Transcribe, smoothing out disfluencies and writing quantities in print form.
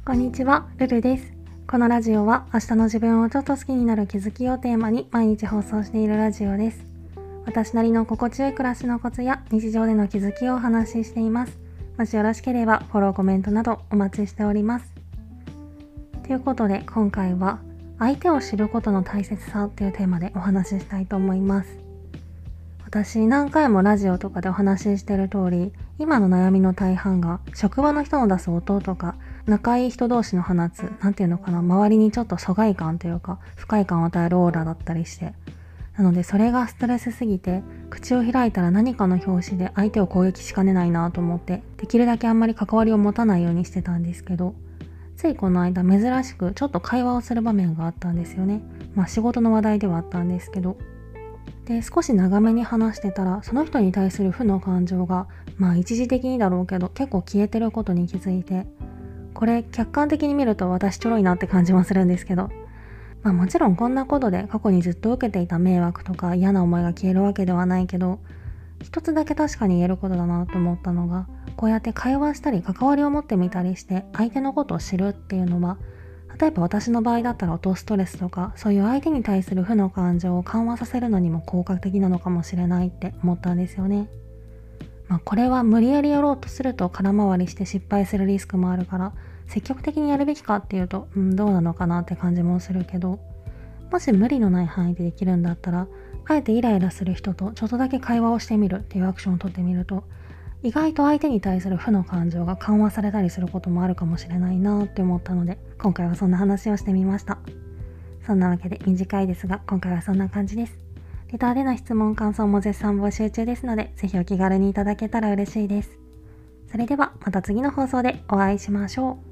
こんにちは、ルルです。このラジオは明日の自分をちょっと好きになる気づきをテーマに毎日放送しているラジオです。私なりの心地よい暮らしのコツや日常での気づきをお話ししています。もしよろしければフォロー、コメントなどお待ちしております。ということで今回は相手を知ることの大切さというテーマでお話ししたいと思います。私何回もラジオとかでお話ししている通り、今の悩みの大半が職場の人の出す音とか仲いい人同士の放つ周りにちょっと疎外感というか不快感を与えるオーラだったりして、なのでそれがストレスすぎて口を開いたら何かの拍子で相手を攻撃しかねないなと思って、できるだけあんまり関わりを持たないようにしてたんですけど、ついこの間珍しくちょっと会話をする場面があったんですよね。仕事の話題ではあったんですけど、で少し長めに話してたらその人に対する負の感情が一時的にだろうけど結構消えてることに気づいて、これ客観的に見ると私ちょろいなって感じもするんですけど、もちろんこんなことで過去にずっと受けていた迷惑とか嫌な思いが消えるわけではないけど、一つだけ確かに言えることだなと思ったのが、こうやって会話したり関わりを持ってみたりして相手のことを知るっていうのは、例えば私の場合だったらストレスとかそういう相手に対する負の感情を緩和させるのにも効果的なのかもしれないって思ったんですよね。これは無理やりやろうとすると空回りして失敗するリスクもあるから、積極的にやるべきかっていうと、どうなのかなって感じもするけど、もし無理のない範囲でできるんだったら、あえてイライラする人とちょっとだけ会話をしてみるっていうアクションをとってみると、意外と相手に対する負の感情が緩和されたりすることもあるかもしれないなって思ったので、今回はそんな話をしてみました。そんなわけで短いですが、今回はそんな感じです。レターでの質問感想も絶賛募集中ですので、ぜひお気軽にいただけたら嬉しいです。それではまた次の放送でお会いしましょう。